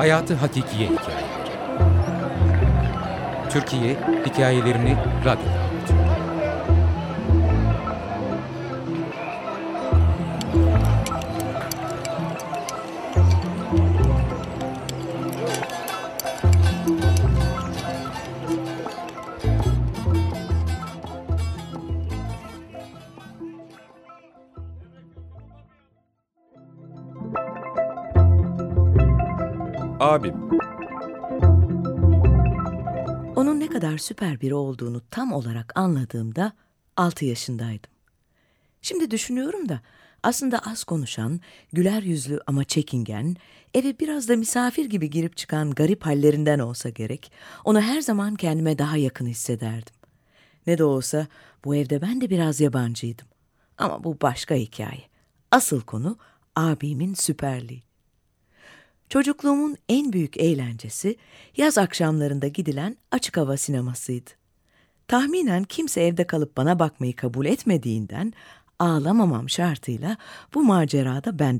Hayatı hakikiye hikayeleri. Türkiye hikayelerini radyoda anlatıyor. Abim. Onun ne kadar süper biri olduğunu tam olarak anladığımda 6 yaşındaydım. Şimdi düşünüyorum da aslında az konuşan, güler yüzlü ama çekingen, eve biraz da misafir gibi girip çıkan garip hallerinden olsa gerek, onu her zaman kendime daha yakın hissederdim. Ne de olsa bu evde ben de biraz yabancıydım. Ama bu başka hikaye. Asıl konu abimin süperliği. Çocukluğumun en büyük eğlencesi yaz akşamlarında gidilen açık hava sinemasıydı. Tahminen kimse evde kalıp bana bakmayı kabul etmediğinden ağlamamam şartıyla bu macerada ben de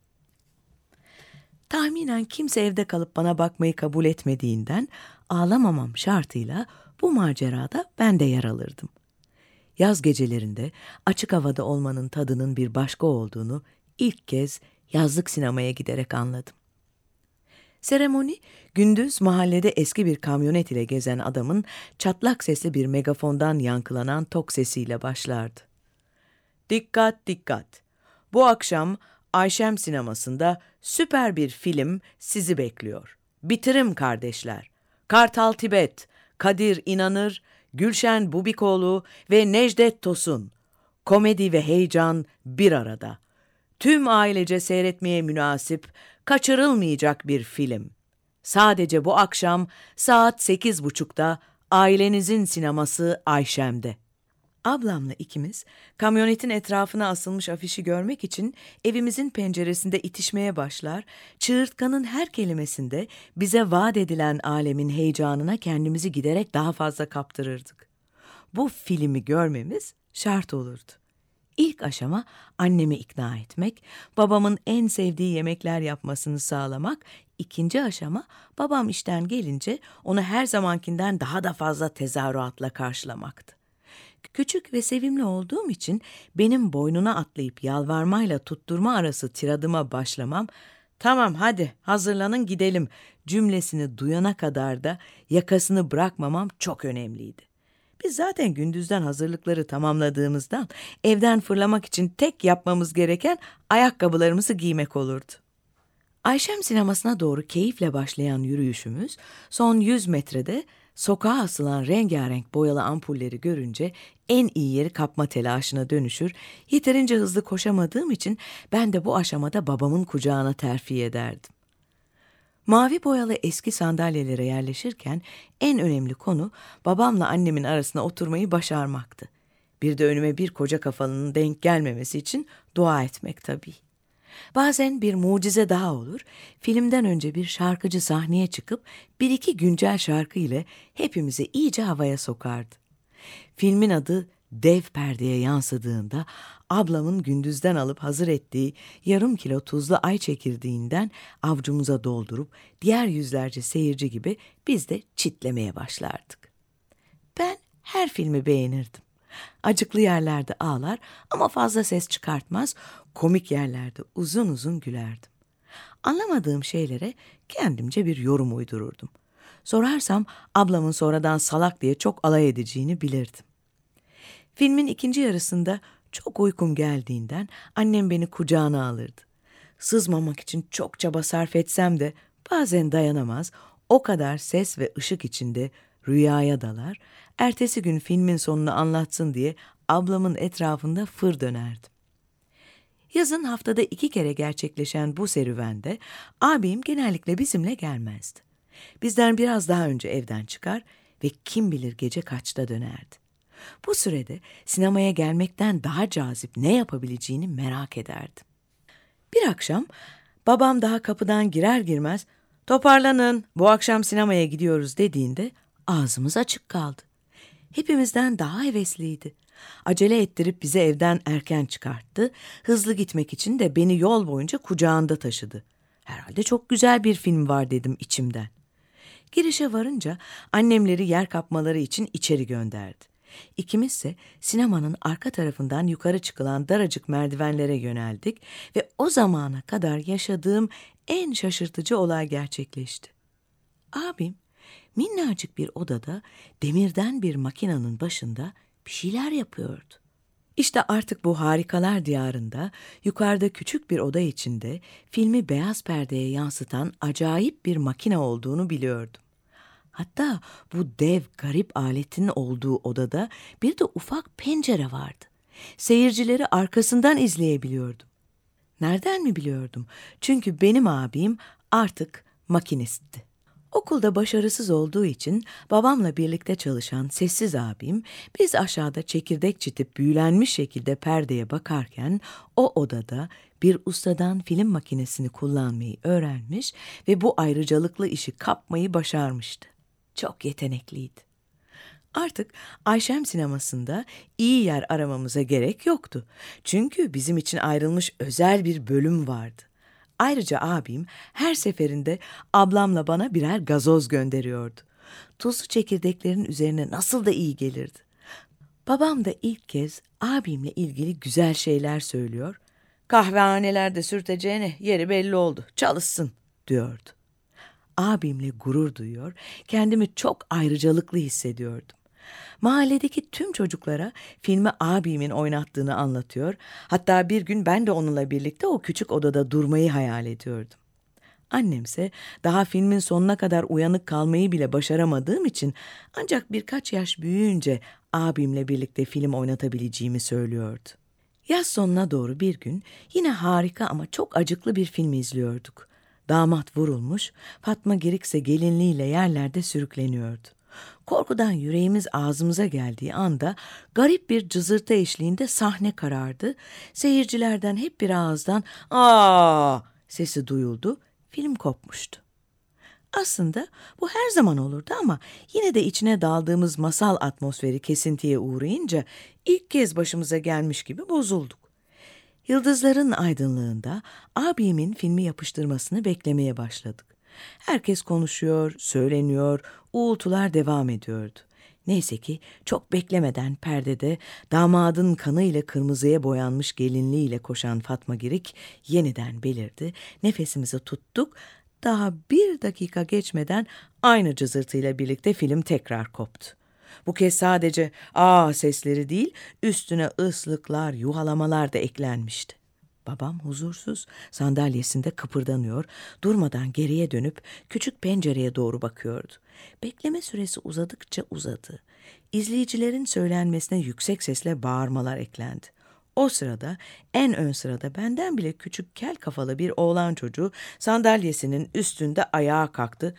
yer alırdım. Yaz gecelerinde açık havada olmanın tadının bir başka olduğunu ilk kez yazlık sinemaya giderek anladım. Seremoni, gündüz mahallede eski bir kamyonet ile gezen adamın çatlak sesli bir megafondan yankılanan tok sesiyle başlardı. Dikkat dikkat! Bu akşam Ayşem sinemasında süper bir film sizi bekliyor. Bitirim kardeşler. Kartal Tibet, Kadir İnanır, Gülşen Bubikoğlu ve Necdet Tosun. Komedi ve heyecan bir arada. Tüm ailece seyretmeye münasip, kaçırılmayacak bir film. Sadece bu akşam saat 8.30'da ailenizin sineması Ayşem'de. Ablamla ikimiz kamyonetin etrafına asılmış afişi görmek için evimizin penceresinde itişmeye başlar, çığırtkanın her kelimesinde bize vaat edilen alemin heyecanına kendimizi giderek daha fazla kaptırırdık. Bu filmi görmemiz şart olurdu. İlk aşama annemi ikna etmek, babamın en sevdiği yemekler yapmasını sağlamak, ikinci aşama babam işten gelince onu her zamankinden daha da fazla tezahüratla karşılamaktı. Küçük ve sevimli olduğum için benim boynuna atlayıp yalvarmayla tutturma arası tiradıma başlamam, "Tamam hadi hazırlanın gidelim" cümlesini duyana kadar da yakasını bırakmamam çok önemliydi. Biz zaten gündüzden hazırlıkları tamamladığımızdan evden fırlamak için tek yapmamız gereken ayakkabılarımızı giymek olurdu. Ayşem sinemasına doğru keyifle başlayan yürüyüşümüz son 100 metrede sokağa asılan rengarenk boyalı ampulleri görünce en iyi yeri kapma telaşına dönüşür, yeterince hızlı koşamadığım için ben de bu aşamada babamın kucağına terfi ederdim. Mavi boyalı eski sandalyelere yerleşirken en önemli konu babamla annemin arasına oturmayı başarmaktı. Bir de önüme bir koca kafalının denk gelmemesi için dua etmek tabii. Bazen bir mucize daha olur, filmden önce bir şarkıcı sahneye çıkıp bir iki güncel şarkı ile hepimizi iyice havaya sokardı. Filmin adı dev perdeye yansıdığında ablamın gündüzden alıp hazır ettiği yarım kilo tuzlu ay çekirdeğinden avcumuza doldurup diğer yüzlerce seyirci gibi biz de çitlemeye başlardık. Ben her filmi beğenirdim. Acıklı yerlerde ağlar ama fazla ses çıkartmaz, komik yerlerde uzun uzun gülerdim. Anlamadığım şeylere kendimce bir yorum uydururdum. Sorarsam ablamın sonradan salak diye çok alay edeceğini bilirdim. Filmin ikinci yarısında çok uykum geldiğinden annem beni kucağına alırdı. Sızmamak için çok çaba sarf etsem de bazen dayanamaz, o kadar ses ve ışık içinde rüyaya dalar, ertesi gün filmin sonunu anlatsın diye ablamın etrafında fır dönerdim. Yazın haftada 2 kere gerçekleşen bu serüvende abim genellikle bizimle gelmezdi. Bizden biraz daha önce evden çıkar ve kim bilir gece kaçta dönerdi. Bu sürede sinemaya gelmekten daha cazip ne yapabileceğini merak ederdim. Bir akşam babam daha kapıdan girer girmez "Toparlanın, bu akşam sinemaya gidiyoruz" dediğinde ağzımız açık kaldı. Hepimizden daha hevesliydi. Acele ettirip bizi evden erken çıkarttı, hızlı gitmek için de beni yol boyunca kucağında taşıdı. Herhalde çok güzel bir film var dedim içimden. Girişe varınca annemleri yer kapmaları için içeri gönderdi. İkimizse sinemanın arka tarafından yukarı çıkılan daracık merdivenlere yöneldik ve o zamana kadar yaşadığım en şaşırtıcı olay gerçekleşti. Abim minnacık bir odada demirden bir makinenin başında bir şeyler yapıyordu. İşte artık bu harikalar diyarında yukarıda küçük bir oda içinde filmi beyaz perdeye yansıtan acayip bir makine olduğunu biliyordum. Hatta bu dev garip aletin olduğu odada bir de ufak pencere vardı. Seyircileri arkasından izleyebiliyordum. Nereden mi biliyordum? Çünkü benim abim artık makinistti. Okulda başarısız olduğu için babamla birlikte çalışan sessiz abim, biz aşağıda çekirdek çitip büyülenmiş şekilde perdeye bakarken o odada bir ustadan film makinesini kullanmayı öğrenmiş ve bu ayrıcalıklı işi kapmayı başarmıştı. Çok yetenekliydi. Artık Ayşem sinemasında iyi yer aramamıza gerek yoktu. Çünkü bizim için ayrılmış özel bir bölüm vardı. Ayrıca abim her seferinde ablamla bana birer gazoz gönderiyordu. Tuzlu çekirdeklerin üzerine nasıl da iyi gelirdi. Babam da ilk kez abimle ilgili güzel şeyler söylüyor. Kahvehanelerde sürteceğine yeri belli oldu, çalışsın diyordu. Abimle gurur duyuyor, kendimi çok ayrıcalıklı hissediyordum. Mahalledeki tüm çocuklara filmi abimin oynattığını anlatıyor. Hatta bir gün ben de onunla birlikte o küçük odada durmayı hayal ediyordum. Annemse daha filmin sonuna kadar uyanık kalmayı bile başaramadığım için ancak birkaç yaş büyüyünce abimle birlikte film oynatabileceğimi söylüyordu. Yaz sonuna doğru bir gün yine harika ama çok acıklı bir film izliyorduk. Damat vurulmuş, Fatma Girik ise gelinliğiyle yerlerde sürükleniyordu. Korkudan yüreğimiz ağzımıza geldiği anda garip bir cızırtı eşliğinde sahne karardı. Seyircilerden hep bir ağızdan "Aa!" sesi duyuldu. Film kopmuştu. Aslında bu her zaman olurdu ama yine de içine daldığımız masal atmosferi kesintiye uğrayınca ilk kez başımıza gelmiş gibi bozulduk. Yıldızların aydınlığında abimin filmi yapıştırmasını beklemeye başladık. Herkes konuşuyor, söyleniyor, uğultular devam ediyordu. Neyse ki çok beklemeden perdede damadın kanıyla kırmızıya boyanmış gelinliğiyle koşan Fatma Girik yeniden belirdi. Nefesimizi tuttuk. Daha bir dakika geçmeden aynı cızırtıyla birlikte film tekrar koptu. Bu kez sadece "aa" sesleri değil, üstüne ıslıklar, yuhalamalar da eklenmişti. Babam huzursuz, sandalyesinde kıpırdanıyor, durmadan geriye dönüp küçük pencereye doğru bakıyordu. Bekleme süresi uzadıkça uzadı. İzleyicilerin söylenmesine yüksek sesle bağırmalar eklendi. O sırada en ön sırada benden bile küçük kel kafalı bir oğlan çocuğu sandalyesinin üstünde ayağa kalktı.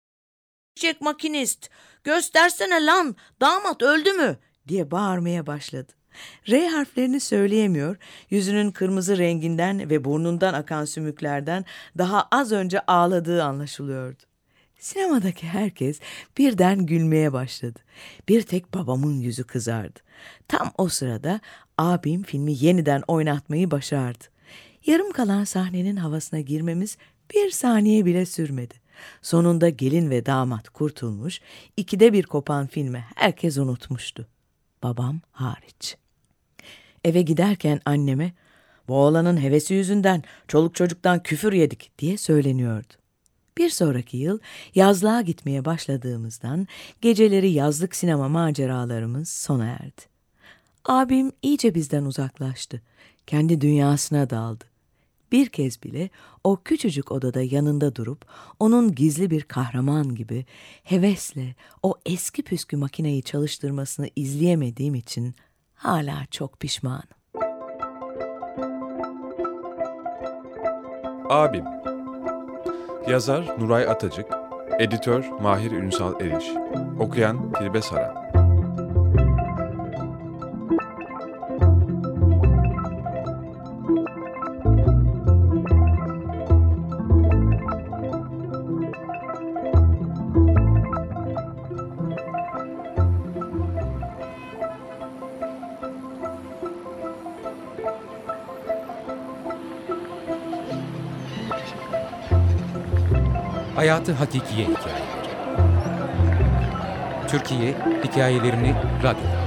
"Çek makinist, göstersene lan, damat öldü mü?" diye bağırmaya başladı. R harflerini söyleyemiyor, yüzünün kırmızı renginden ve burnundan akan sümüklerden daha az önce ağladığı anlaşılıyordu. Sinemadaki herkes birden gülmeye başladı. Bir tek babamın yüzü kızardı. Tam o sırada abim filmi yeniden oynatmayı başardı. Yarım kalan sahnenin havasına girmemiz bir saniye bile sürmedi. Sonunda gelin ve damat kurtulmuş, ikide bir kopan filmi herkes unutmuştu. Babam hariç. Eve giderken anneme "Bu oğlanın hevesi yüzünden çoluk çocuktan küfür yedik" diye söyleniyordu. Bir sonraki yıl yazlığa gitmeye başladığımızdan geceleri yazlık sinema maceralarımız sona erdi. Abim iyice bizden uzaklaştı. Kendi dünyasına daldı. Bir kez bile o küçücük odada yanında durup onun gizli bir kahraman gibi hevesle o eski püskü makineyi çalıştırmasını izleyemediğim için hala çok pişmanım. Abim. Yazar Nuray Atacık, editör Mahir Ünsal Eriş, okuyan Tilbe Saran. Hayatı Hakikiye Hikayeleri. Türkiye hikayelerini radyoda.